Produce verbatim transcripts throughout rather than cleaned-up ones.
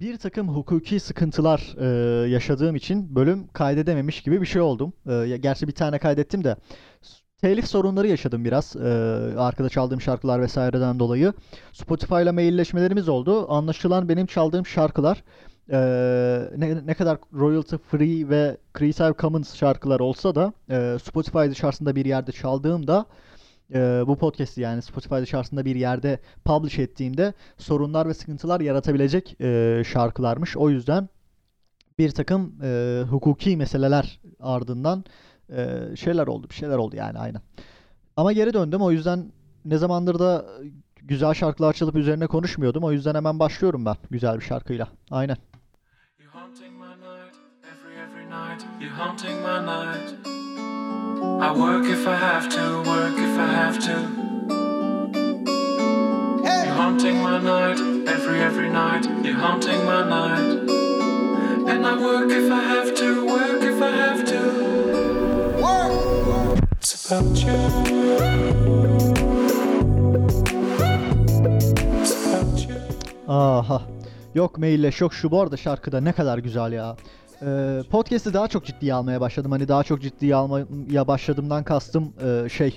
Bir takım hukuki sıkıntılar e, yaşadığım için bölüm kaydedememiş gibi bir şey oldum. E, ya gerçi bir tane kaydettim de s- telif sorunları yaşadım biraz. E, arkada çaldığım şarkılar vesaireden dolayı. Spotify ile mailleşmelerimiz oldu. Anlaşılan benim çaldığım şarkılar e, ne, ne kadar royalty free ve Creative Commons şarkılar olsa da e, Spotify dışarısında bir yerde çaldığımda e, bu podcast'i yani Spotify dışarısında bir yerde publish ettiğimde sorunlar ve sıkıntılar yaratabilecek e, şarkılarmış. O yüzden bir takım e, hukuki meseleler ardından e, şeyler oldu, bir şeyler oldu yani aynen. Ama geri döndüm. O yüzden ne zamandır da güzel şarkılar çalıp üzerine konuşmuyordum. O yüzden hemen başlıyorum ben güzel bir şarkıyla. Aynen. You're haunting my night, every every night. You're haunting my night. I work if I have to, work if I have to. You're haunting my night, every every night. You're haunting my night. And I work if I have to, work if I have to. Work. It's about you. It's about you. Aha. Yok mailleş yok şu bu arada şarkıda ne kadar güzel ya. Ee, podcast'i daha çok ciddiye almaya başladım. Hani daha çok ciddiye almaya başladığımdan kastım e, şey.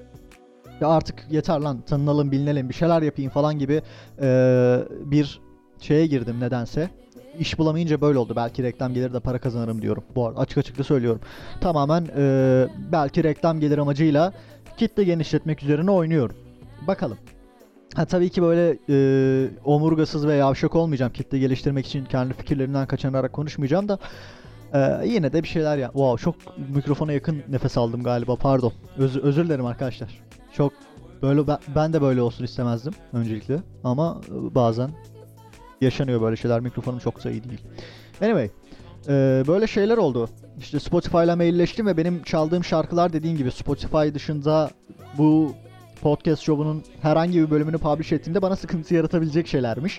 Ya artık yeter lan tanınalım bilinelim bir şeyler yapayım falan gibi e, bir şeye girdim nedense. İş bulamayınca böyle oldu. Belki reklam gelir de para kazanırım diyorum. Bu arada açık açık da söylüyorum. Tamamen e, belki reklam gelir amacıyla kitle genişletmek üzerine oynuyorum. Bakalım. Ha tabii ki böyle e, omurgasız ve yavşak olmayacağım. Kitle geliştirmek için kendi fikirlerimden kaçınarak konuşmayacağım da e, yine de bir şeyler ya. Wow çok mikrofona yakın nefes aldım galiba. Pardon. Öz, özür dilerim arkadaşlar. Çok böyle ben, ben de böyle olsun istemezdim öncelikle ama e, bazen yaşanıyor böyle şeyler. Mikrofonum çok da iyi değil. Anyway, e, böyle şeyler oldu. İşte Spotify ile mailleştim ve benim çaldığım şarkılar dediğim gibi Spotify dışında bu podcast şovunun herhangi bir bölümünü publish ettiğimde bana sıkıntı yaratabilecek şeylermiş.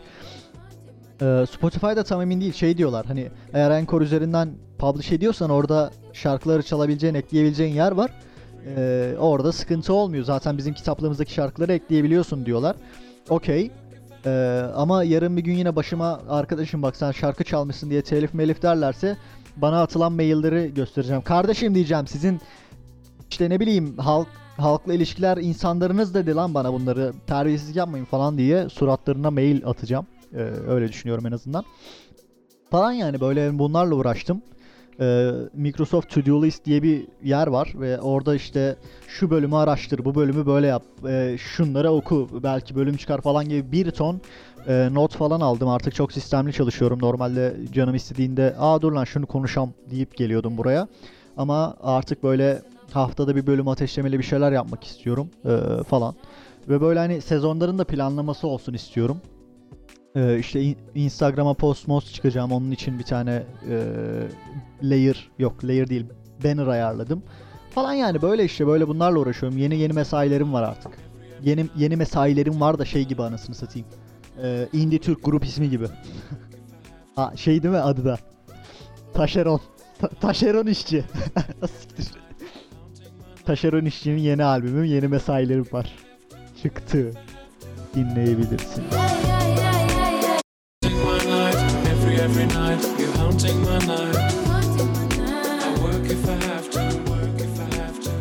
Ee, Spotify'da tam emin değil şey diyorlar hani eğer Anchor üzerinden publish ediyorsan orada şarkıları çalabileceğin, ekleyebileceğin yer var. Ee, orada sıkıntı olmuyor. Zaten bizim kitaplığımızdaki şarkıları ekleyebiliyorsun diyorlar. Okey. Ee, ama yarın bir gün yine başıma arkadaşım bak sen şarkı çalmışsın diye telif melif derlerse bana atılan mailleri göstereceğim. Kardeşim diyeceğim sizin işte ne bileyim halk halkla ilişkiler insanlarınız dedi lan bana bunları terbiyesizlik yapmayın falan diye suratlarına mail atacağım. Ee, öyle düşünüyorum en azından. Falan yani böyle bunlarla uğraştım. Ee, Microsoft To Do List diye bir yer var ve orada işte şu bölümü araştır, bu bölümü böyle yap, e, şunları oku, belki bölüm çıkar falan gibi bir ton e, not falan aldım. Artık çok sistemli çalışıyorum. Normalde canım istediğinde aa dur lan şunu konuşam deyip geliyordum buraya. Ama artık böyle haftada bir bölüm ateşlemeli bir şeyler yapmak istiyorum e, falan. Ve böyle hani sezonların da planlaması olsun istiyorum. Ee, işte in- Instagram'a post most çıkacağım. Onun için bir tane e, layer yok layer değil banner ayarladım. Falan yani böyle işte böyle bunlarla uğraşıyorum. Yeni yeni mesailerim var artık. Yeni yeni mesailerim var da şey gibi anasını satayım. Ee, Indie Türk grup ismi gibi. Ha şey değil mi adı da? Taşeron. Ta- taşeron işçi. Siktir. Taşeron işçinin yeni albümü, yeni mesailerim var. Çıktı. Dinleyebilirsin. Every night, you're haunting my night. I work if I have to, work if I have to.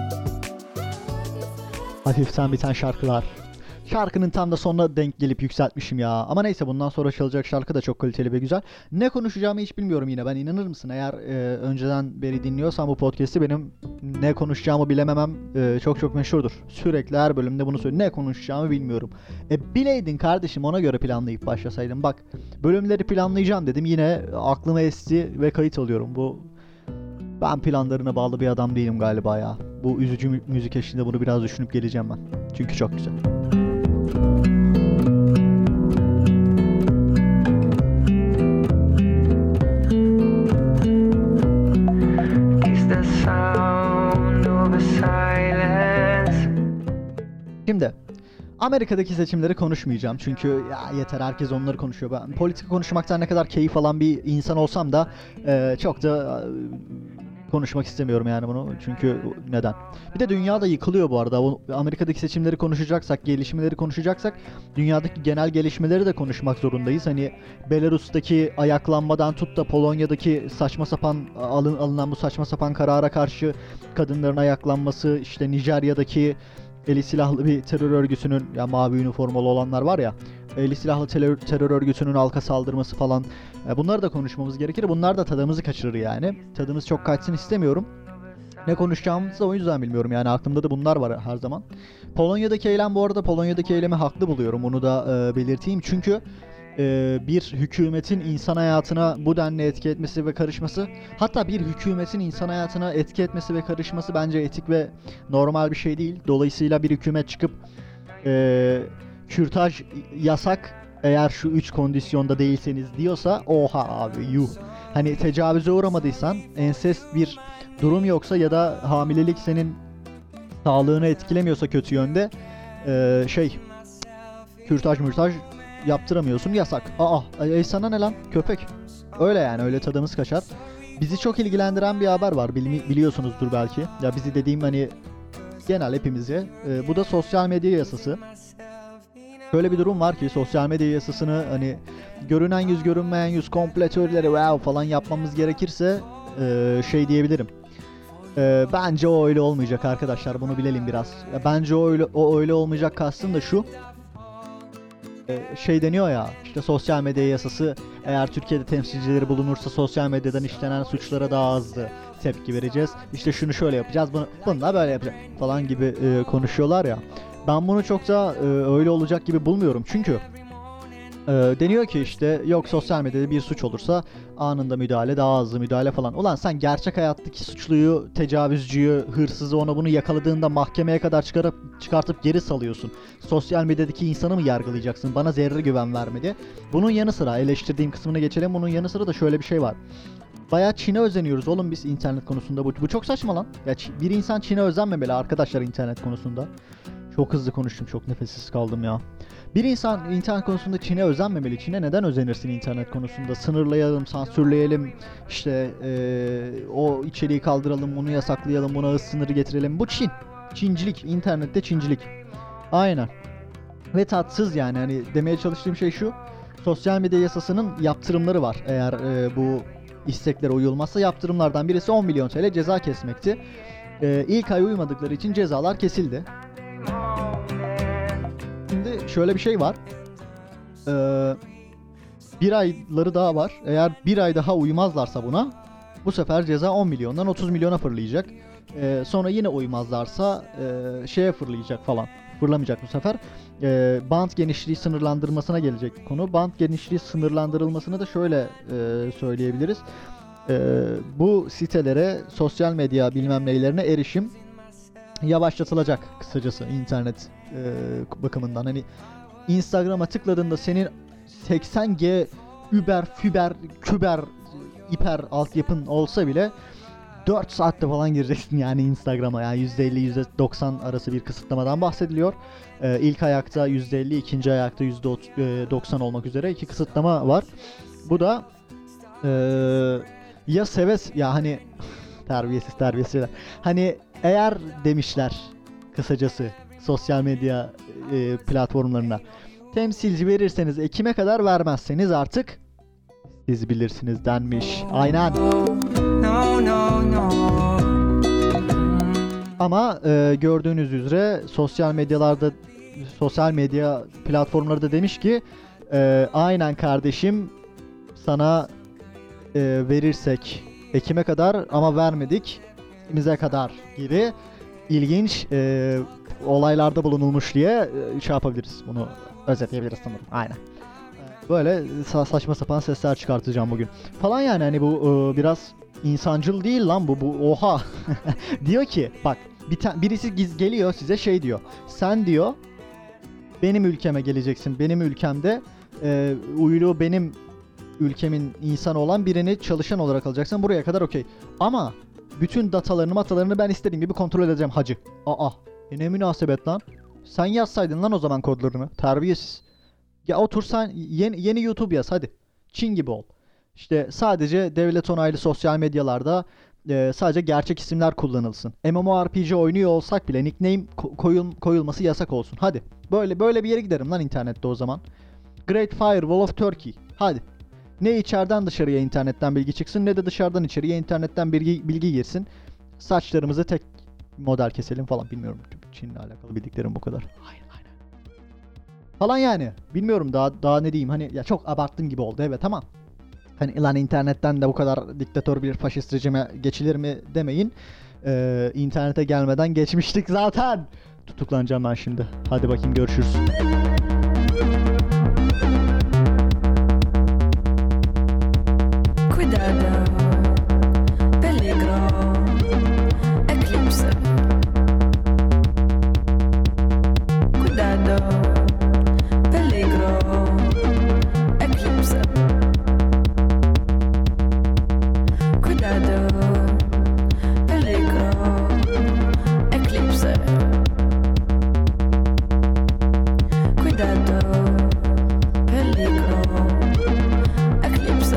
Hafiften biten şarkılar. Şarkının tam da sonuna denk gelip yükseltmişim ya. Ama neyse bundan sonra çalacak şarkı da çok kaliteli ve güzel. Ne konuşacağımı hiç bilmiyorum yine. Ben inanır mısın? Eğer e, önceden beri dinliyorsan bu podcast'i benim ne konuşacağımı bilememem e, çok çok meşhurdur. Sürekli her bölümde bunu söylüyorum. Ne konuşacağımı bilmiyorum. E bileydin kardeşim ona göre planlayıp başlasaydım. Bak bölümleri planlayacağım dedim. Yine aklıma esti ve kayıt alıyorum. Bu ben planlarına bağlı bir adam değilim galiba ya. Bu üzücü mü- müzik eşliğinde bunu biraz düşünüp geleceğim ben. Çünkü çok güzel. Şimdi Amerika'daki seçimleri konuşmayacağım çünkü ya yeter herkes onları konuşuyor. Ben politika konuşmaktan ne kadar keyif alan bir insan olsam da e, çok da e, konuşmak istemiyorum yani bunu. Çünkü neden? Bir de dünya da yıkılıyor bu arada. O Amerika'daki seçimleri konuşacaksak, gelişmeleri konuşacaksak dünyadaki genel gelişmeleri de konuşmak zorundayız. Hani Belarus'taki ayaklanmadan tut da Polonya'daki saçma sapan alın, alınan bu saçma sapan karara karşı kadınların ayaklanması, işte Nijerya'daki eli silahlı bir terör örgütünün, ya mavi üniformalı olanlar var ya, eli silahlı terör, terör örgütünün halka saldırması falan. E, bunları da konuşmamız gerekir. Bunlar da tadımızı kaçırır yani. Tadımız çok kaçsın istemiyorum. Ne konuşacağımızı da o yüzden bilmiyorum. Yani aklımda da bunlar var her zaman. Polonya'daki eylem, bu arada Polonya'daki eylemi haklı buluyorum. Onu da e, belirteyim. Çünkü e, bir hükümetin insan hayatına bu denli etki etmesi ve karışması, hatta bir hükümetin insan hayatına etki etmesi ve karışması bence etik ve normal bir şey değil. Dolayısıyla bir hükümet çıkıp e, kürtaj yasak eğer şu üç kondisyonda değilseniz diyorsa, oha abi yuh. Hani tecavüze uğramadıysan, ensest bir durum yoksa ya da hamilelik senin sağlığını etkilemiyorsa kötü yönde, ee, şey kürtaj mürtaj yaptıramıyorsun, yasak. Aa e, sana ne lan köpek. Öyle yani, öyle tadımız kaçar. Bizi çok ilgilendiren bir haber var, Bili- biliyorsunuzdur belki. Ya bizi dediğim hani genel hepimizi. Ee, bu da sosyal medya yasası. Böyle bir durum var ki sosyal medya yasasını hani görünen yüz görünmeyen yüz komple teorileri wow falan yapmamız gerekirse e, şey diyebilirim. E, bence o öyle olmayacak arkadaşlar, bunu bilelim biraz. Ya, bence o öyle, o öyle olmayacak kastım da şu. E, şey deniyor ya, işte sosyal medya yasası eğer Türkiye'de temsilcileri bulunursa sosyal medyadan işlenen suçlara daha hızlı tepki vereceğiz. İşte şunu şöyle yapacağız, bunu bununla böyle yapacağız falan gibi e, konuşuyorlar ya. Ben bunu çok da e, öyle olacak gibi bulmuyorum. Çünkü e, deniyor ki işte yok sosyal medyada bir suç olursa anında müdahale, daha hızlı müdahale falan. Ulan sen gerçek hayattaki suçluyu, tecavüzcüyü, hırsızı, onu bunu yakaladığında mahkemeye kadar çıkarıp çıkartıp geri salıyorsun. Sosyal medyadaki insanı mı yargılayacaksın? Bana zerre güven vermedi. Bunun yanı sıra eleştirdiğim kısmına geçelim. Bunun yanı sıra da şöyle bir şey var. Bayağı Çin'e özeniyoruz oğlum biz internet konusunda. Bu, bu çok saçma lan. Ya bir insan Çin'e özenmemeli arkadaşlar internet konusunda. Çok hızlı konuştum, çok nefessiz kaldım ya. Bir insan internet konusunda Çin'e özenmemeli. Çin'e neden özenirsin internet konusunda? Sınırlayalım, sansürleyelim, işte ee, o içeriği kaldıralım, onu yasaklayalım, buna hız sınırı getirelim. Bu Çin. Çincilik, internette Çincilik. Aynen. Ve tatsız yani, hani demeye çalıştığım şey şu. Sosyal medya yasasının yaptırımları var. Eğer e, bu isteklere uyulmazsa yaptırımlardan birisi on milyon T L ceza kesmekti. E, ilk ay uymadıkları için cezalar kesildi. Şimdi şöyle bir şey var. Ee, bir ayları daha var. Eğer bir ay daha uymazlarsa buna, bu sefer ceza on milyondan otuz milyona fırlayacak. Ee, sonra yine uymazlarsa e, şeye fırlayacak falan. Fırlamayacak bu sefer. Ee, bant genişliği sınırlandırmasına gelecek konu. Bant genişliği sınırlandırılmasını da şöyle e, söyleyebiliriz. Ee, bu sitelere, sosyal medya bilmem neylerine erişim yavaşlatılacak kısacası internet e, bakımından. Hani Instagram'a tıkladığında senin seksen G Uber, Fiber, Küber, hiper altyapın olsa bile dört saatte falan gireceksin yani Instagram'a. Yani yüzde elli yüzde doksan arası bir kısıtlamadan bahsediliyor. Ee, ilk ayakta yüzde elli, ikinci ayakta yüzde doksan olmak üzere iki kısıtlama var. Bu da e, ya seves ya hani terbiyesiz terbiyesiz hani eğer demişler kısacası sosyal medya e, platformlarına temsilci verirseniz Ekim'e kadar, vermezseniz artık siz bilirsiniz denmiş. Aynen. No, no, no. Ama e, gördüğünüz üzere sosyal medyalarda, sosyal medya platformları da demiş ki e, aynen kardeşim sana e, verirsek Ekim'e kadar ama vermedik Ekim'e kadar gibi ilginç e, olaylarda bulunulmuş diye e, şey yapabiliriz. Bunu özetleyebiliriz sanırım. Aynen. Böyle sa- saçma sapan sesler çıkartacağım bugün. Falan yani hani bu e, biraz insancıl değil lan bu. Bu oha. Diyor ki bak bir ta- birisi giz- geliyor size şey diyor. Sen diyor benim ülkeme geleceksin. Benim ülkemde e, uyluğu benim ülkemin insanı olan birini çalışan olarak alacaksın. Buraya kadar okey. Ama bütün datalarını matalarını ben istediğim gibi kontrol edeceğim hacı. Aa e ne münasebet lan. Sen yazsaydın lan o zaman kodlarını. Terbiyesiz. Ya otur sen yeni, yeni YouTube yaz hadi. Çin gibi ol. İşte sadece devlet onaylı sosyal medyalarda e, sadece gerçek isimler kullanılsın. MMORPG oynuyor olsak bile nickname ko- koyul koyulması yasak olsun. Hadi. Böyle böyle bir yere giderim lan internette o zaman. Great Firewall of Turkey. Hadi. Ne içeriden dışarıya internetten bilgi çıksın ne de dışarıdan içeriye internetten bilgi, bilgi girsin. Saçlarımızı tek model keselim falan, bilmiyorum. Çin'le alakalı bildiklerim bu kadar. Aynen aynen. Falan yani. Bilmiyorum daha daha ne diyeyim, hani ya çok abarttığım gibi oldu evet ama hani lan internetten de bu kadar diktatör bir faşist rejime geçilir mi demeyin. Ee, internete gelmeden geçmiştik zaten. Tutuklanacağım ben şimdi. Hadi bakayım, görüşürüz. Cuidado, peligro, eclipse. Cuidado, peligro, eclipse. Cuidado, peligro, eclipse. Cuidado, peligro, eclipse.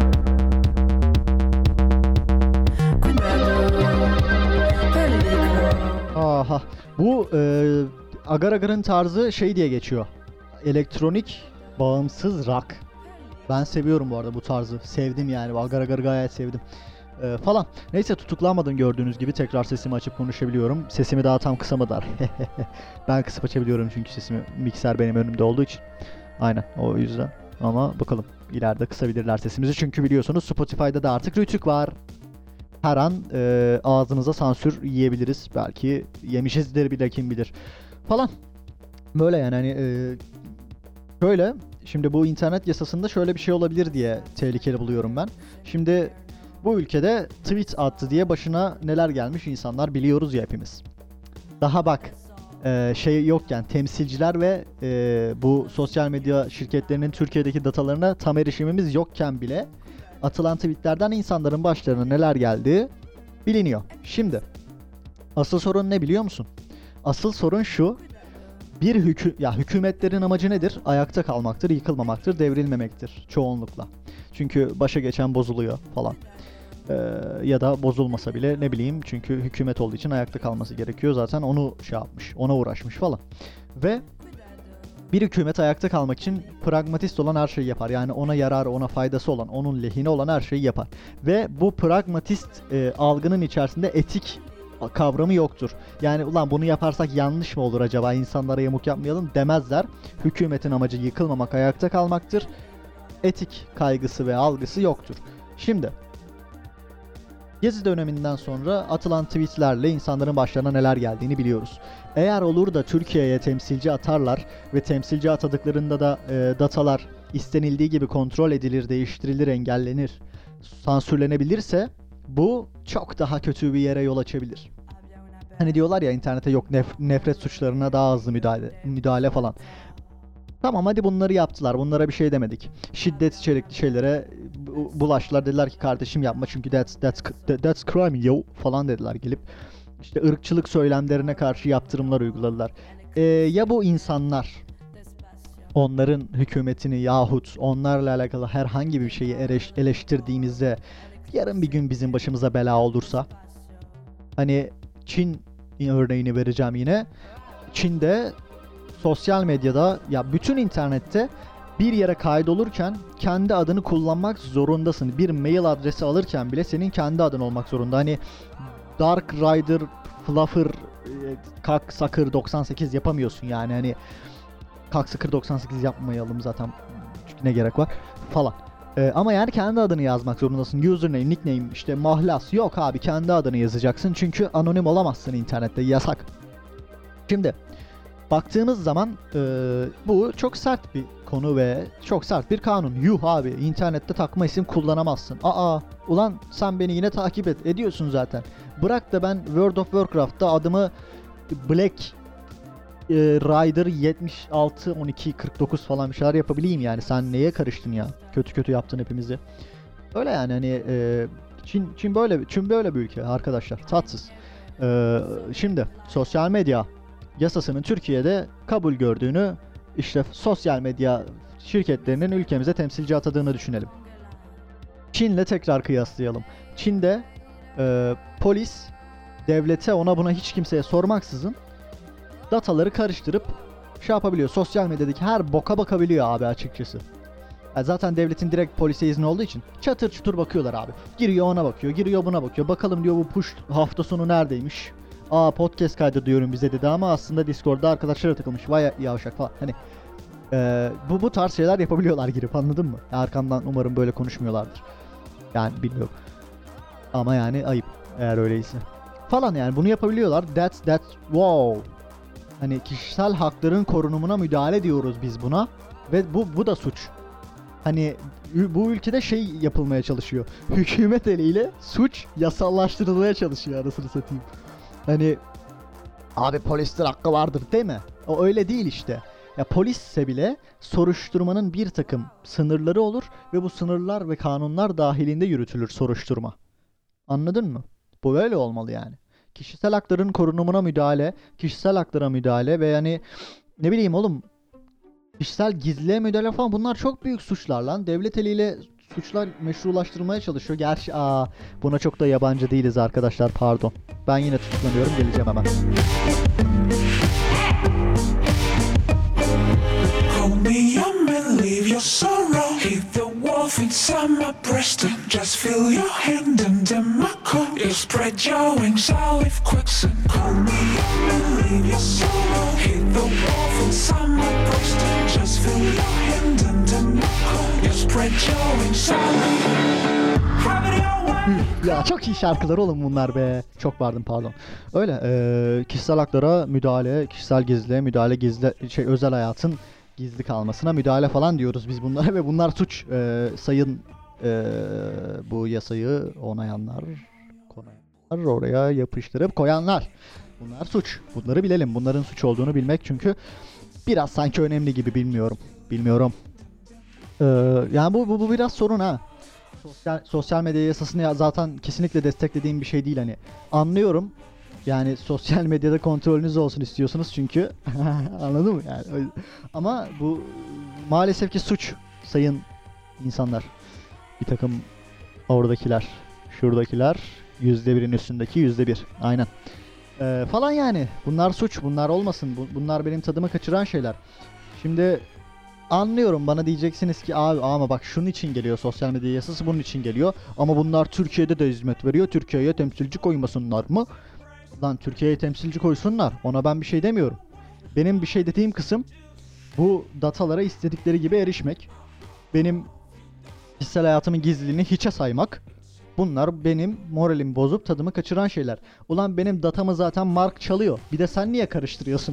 Aha. Bu e, Agar Agar'ın tarzı şey diye geçiyor. Elektronik bağımsız rock. Ben seviyorum bu arada bu tarzı. Sevdim yani. Agar Agar'ı gayet sevdim. E, falan. Neyse, tutuklanmadım gördüğünüz gibi. Tekrar sesimi açıp konuşabiliyorum. Sesimi daha tam kısamadılar. Ben kısıp açabiliyorum çünkü sesimi, mikser benim önümde olduğu için. Aynen, o yüzden. Ama bakalım ileride kısabilirler sesimizi. Çünkü biliyorsunuz Spotify'da da artık Rütük var. Her an e, ağzınıza sansür yiyebiliriz. Belki yemişizdir bile, kim bilir. Falan. Böyle yani hani e, şöyle. Şimdi bu internet yasasında şöyle bir şey olabilir diye tehlikeli buluyorum ben. Şimdi bu ülkede tweet attı diye başına neler gelmiş insanlar biliyoruz ya hepimiz. Daha bak e, şey yokken, temsilciler ve e, bu sosyal medya şirketlerinin Türkiye'deki datalarına tam erişimimiz yokken bile atılan tweetlerden insanların başlarına neler geldiği biliniyor. Şimdi asıl sorun ne biliyor musun? Asıl sorun şu. Bir hükü ya hükümetlerin amacı nedir? Ayakta kalmaktır, yıkılmamaktır, devrilmemektir çoğunlukla. Çünkü başa geçen bozuluyor falan. Ee, ya da bozulmasa bile ne bileyim, çünkü hükümet olduğu için ayakta kalması gerekiyor. Zaten onu şey yapmış, ona uğraşmış falan. Ve bir hükümet ayakta kalmak için pragmatist olan her şeyi yapar. Yani ona yararı, ona faydası olan, onun lehine olan her şeyi yapar. Ve bu pragmatist e, algının içerisinde etik kavramı yoktur. Yani ulan bunu yaparsak yanlış mı olur acaba, insanlara yamuk yapmayalım demezler. Hükümetin amacı yıkılmamak, ayakta kalmaktır. Etik kaygısı ve algısı yoktur. Şimdi Gezi döneminden sonra atılan tweetlerle insanların başlarına neler geldiğini biliyoruz. Eğer olur da Türkiye'ye temsilci atarlar ve temsilci atadıklarında da e, datalar istenildiği gibi kontrol edilir, değiştirilir, engellenir, sansürlenebilirse bu çok daha kötü bir yere yol açabilir. Hani diyorlar ya internete yok nef- nefret suçlarına daha hızlı müdahale, müdahale falan. Tamam hadi bunları yaptılar. Bunlara bir şey demedik. Şiddet içerikli şeylere bulaştılar. Dediler ki kardeşim yapma çünkü that's that's that's crime yo falan dediler gelip. İşte ırkçılık söylemlerine karşı yaptırımlar uyguladılar. Ee, ya bu insanlar onların hükümetini yahut onlarla alakalı herhangi bir şeyi eleştirdiğimizde yarın bir gün bizim başımıza bela olursa, hani Çin örneğini vereceğim yine. Çin'de sosyal medyada, ya bütün internette bir yere kaydolurken kendi adını kullanmak zorundasın. Bir mail adresi alırken bile senin kendi adın olmak zorunda. Hani Dark Rider, Fluffer, Kak Sakır doksan sekiz yapamıyorsun yani. Hani Kak Sakır doksan sekiz yapmayalım zaten. Çünkü ne gerek var falan. Ee, ama yani kendi adını yazmak zorundasın. Username, nickname, işte mahlas yok abi, kendi adını yazacaksın. Çünkü anonim olamazsın internette, yasak. Şimdi baktığımız zaman e, bu çok sert bir konu ve çok sert bir kanun. Yuh abi, internette takma isim kullanamazsın. Aa ulan sen beni yine takip et ediyorsun zaten. Bırak da ben World of Warcraft'ta adımı Black e, Rider yetmiş altı on iki kırk dokuz falan bir şeyler yapabileyim yani. Sen neye karıştın ya? Kötü kötü yaptın hepimizi. Öyle yani hani e, Çin Çin böyle Çin böyle bir ülke arkadaşlar. Tatsız. E, şimdi sosyal medya yasasının Türkiye'de kabul gördüğünü, işte sosyal medya şirketlerinin ülkemize temsilci atadığını düşünelim. Çin'le tekrar kıyaslayalım. Çin'de Ee, polis devlete, ona buna hiç kimseye sormaksızın dataları karıştırıp şey yapabiliyor. Sosyal medyadaki her boka bakabiliyor abi açıkçası. Yani zaten devletin direkt polise izni olduğu için çatır çutur bakıyorlar abi. Giriyor ona bakıyor, giriyor buna bakıyor. Bakalım diyor bu push hafta sonu neredeymiş? Aa podcast kaydı diyorum bize dedi ama aslında Discord'da arkadaşlara takılmış. Vay yavşak falan. Hani ee, bu bu tarz şeyler yapabiliyorlar girip, anladın mı? Arkamdan umarım böyle konuşmuyorlardır. Yani bilmiyorum. Ama yani ayıp eğer öyleyse. Falan yani bunu yapabiliyorlar. That's that's wow. Hani kişisel hakların korunumuna müdahale diyoruz biz buna ve bu bu da suç. Hani bu ülkede şey yapılmaya çalışıyor. Hükümet eliyle suç yasallaştırılmaya çalışıyor anasını satayım. Hani abi polisler hakkı vardır değil mi? O öyle değil işte. Ya polisse bile soruşturmanın bir takım sınırları olur ve bu sınırlar ve kanunlar dahilinde yürütülür soruşturma. Anladın mı? Bu böyle olmalı yani. Kişisel hakların korunumuna müdahale, kişisel haklara müdahale ve yani ne bileyim oğlum, kişisel gizliliğe müdahale falan, bunlar çok büyük suçlar lan. Devlet eliyle suçlar meşrulaştırmaya çalışıyor. Gerçi aa, buna çok da yabancı değiliz arkadaşlar, pardon. Ben yine tutuklanıyorum, geleceğim hemen. Hold me on and leave your sorrow. Keep the wolf inside my breast and just feel your hand under my coat. You spread your wings out with quicksand. Hold me on and leave your sorrow. Keep the wolf inside my breast and just feel your hand under my coat. You spread your wings out. Ya çok iyi şarkılar oğlum bunlar be. Çok pardon pardon. Öyle eee, kişisel haklara müdahale, kişisel gizliliğe müdahale, gizli şey özel hayatın gizli kalmasına müdahale falan diyoruz biz bunlara ve bunlar suç. Eee, sayın eee, bu yasayı onayanlar, konayanlar, oraya yapıştırıp koyanlar. Bunlar suç. Bunları bilelim. Bunların suç olduğunu bilmek çünkü biraz sanki önemli gibi, bilmiyorum. Bilmiyorum. Eee, yani bu, bu bu biraz sorun ha. Sosyal, sosyal medya yasasını ya zaten kesinlikle desteklediğim bir şey değil hani. Anlıyorum. Yani sosyal medyada kontrolünüz olsun istiyorsunuz çünkü. Anladın mı yani? Öyle. Ama bu maalesef ki suç sayın insanlar. Bir takım oradakiler, şuradakiler, yüzde birin üstündeki yüzde bir. Aynen. Ee, falan yani. Bunlar suç. Bunlar olmasın. Bu- bunlar benim tadımı kaçıran şeyler. Şimdi anlıyorum, bana diyeceksiniz ki abi ama bak şunun için geliyor sosyal medya yasası, bunun için geliyor. Ama bunlar Türkiye'de de hizmet veriyor. Türkiye'ye temsilci koymasınlar mı? Lan Türkiye'ye temsilci koysunlar. Ona ben bir şey demiyorum. Benim bir şey dediğim kısım bu datalara istedikleri gibi erişmek. Benim kişisel hayatımın gizliliğini hiçe saymak. Bunlar benim moralimi bozup tadımı kaçıran şeyler. Ulan benim datamı zaten Mark çalıyor. Bir de sen niye karıştırıyorsun?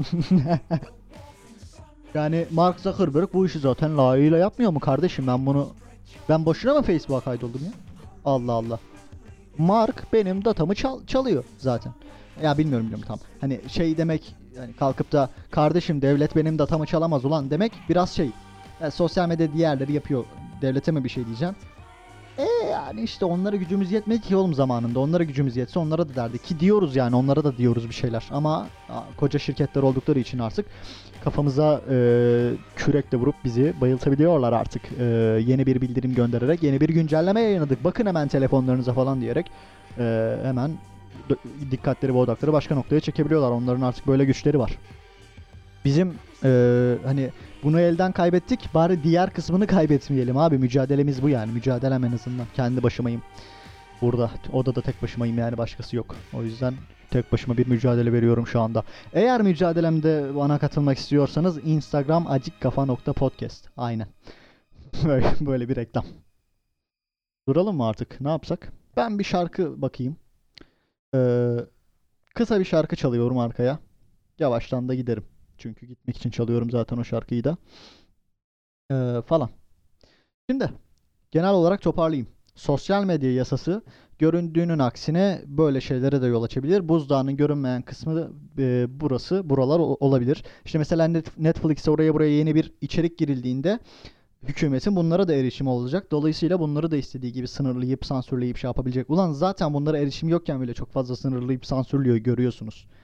Yani Mark Zuckerberg bu işi zaten layığıyla yapmıyor mu kardeşim? Ben bunu ben boşuna mı Facebook'a kaydoldum ya? Allah Allah. Mark benim datamı çal- çalıyor zaten. Ya bilmiyorum bilmiyorum tam. Hani şey demek, yani kalkıp da kardeşim devlet benim datamı çalamaz ulan demek biraz şey. Yani sosyal medya diğerleri yapıyor. Devlete mi bir şey diyeceğim? E yani işte onlara gücümüz yetmedi ki oğlum zamanında. Onlara gücümüz yetse onlara da derdik ki diyoruz yani, onlara da diyoruz bir şeyler. Ama a, koca şirketler oldukları için artık kafamıza e, kürekle vurup bizi bayıltabiliyorlar artık. E, yeni bir bildirim göndererek yeni bir güncelleme yayınladık. Bakın hemen telefonlarınıza falan diyerek e, hemen d- dikkatleri ve odakları başka noktaya çekebiliyorlar. Onların artık böyle güçleri var. Bizim e, hani bunu elden kaybettik, bari diğer kısmını kaybetmeyelim abi. Mücadelemiz bu yani. Mücadelem en azından. Kendi başımayım. Burada odada tek başımayım yani, başkası yok. O yüzden tek başıma bir mücadele veriyorum şu anda. Eğer mücadelemde bana katılmak istiyorsanız Instagram acikkafa nokta podcast. Aynen. böyle, böyle bir reklam. Duralım mı artık? Ne yapsak? Ben bir şarkı bakayım. Ee, kısa bir şarkı çalıyorum arkaya. Yavaştan da giderim. Çünkü gitmek için çalıyorum zaten o şarkıyı da. Ee, falan. Şimdi genel olarak toparlayayım. Sosyal medya yasası göründüğünün aksine böyle şeylere de yol açabilir. Buzdağının görünmeyen kısmı e, burası, buralar o- olabilir. İşte mesela Net- Netflix'e oraya buraya yeni bir içerik girildiğinde hükümetin bunlara da erişimi olacak. Dolayısıyla bunları da istediği gibi sınırlayıp sansürleyip şey yapabilecek. Ulan zaten bunlara erişim yokken bile çok fazla sınırlayıp sansürlüyor, görüyorsunuz.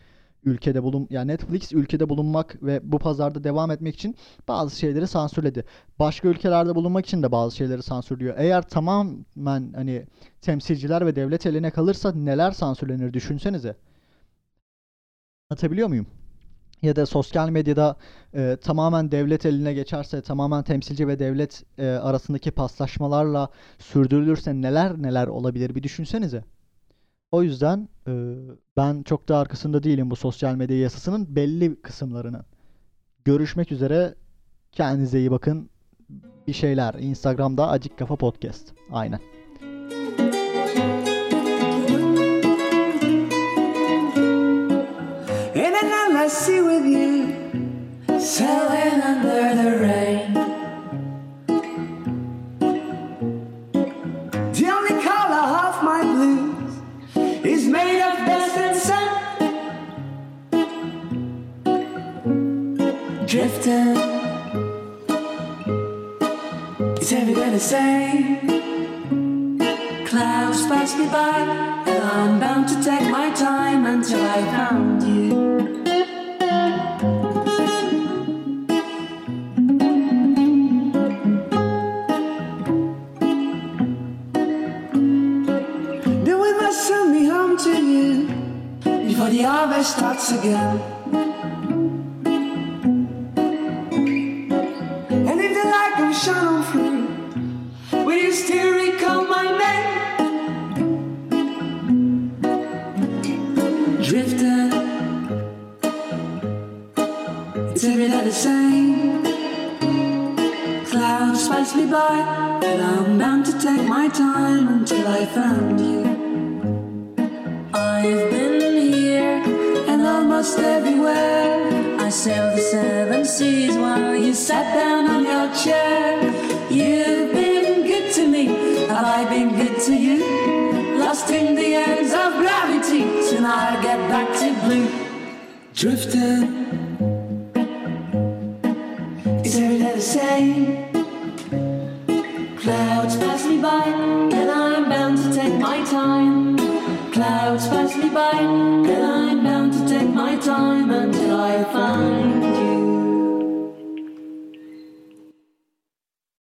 ülkede bulun ya Netflix ülkede bulunmak ve bu pazarda devam etmek için bazı şeyleri sansürledi. Başka ülkelerde bulunmak için de bazı şeyleri sansürlüyor. Eğer tamamen hani temsilciler ve devlet eline kalırsa neler sansürlenir düşünsenize. Anlatabiliyor muyum? Ya da sosyal medyada e, tamamen devlet eline geçerse, tamamen temsilci ve devlet e, arasındaki paslaşmalarla sürdürülürse neler neler olabilir bir düşünsenize. O yüzden e, ben çok da arkasında değilim bu sosyal medya yasasının belli kısımlarının. Görüşmek üzere. Kendinize iyi bakın. Bir şeyler. Instagram'da Acık Kafa Podcast. Aynen. In an endless sea with you, sailing under the rain. The only color of my blues is made of dust and sun. Drifting, it's every day the same. Clouds pass me by, and I'm bound to take my time until I found you. The wind must send me home to you before the harvest starts again. And if the light comes shine on through, will you still recall my name? Drifting, it's every day the same. Clouds pass me by, and I'm bound to take my time until I found you. I've been here and almost everywhere. I sailed the seven seas while you sat down on your chair. You've been good to me, have I been good to you? Lost in the ends of gravity, soon I'll get back to blue. Drifting, it's every day the same. Clouds pass me by, and I'm bound to take my time. Clouds pass me by, and I'm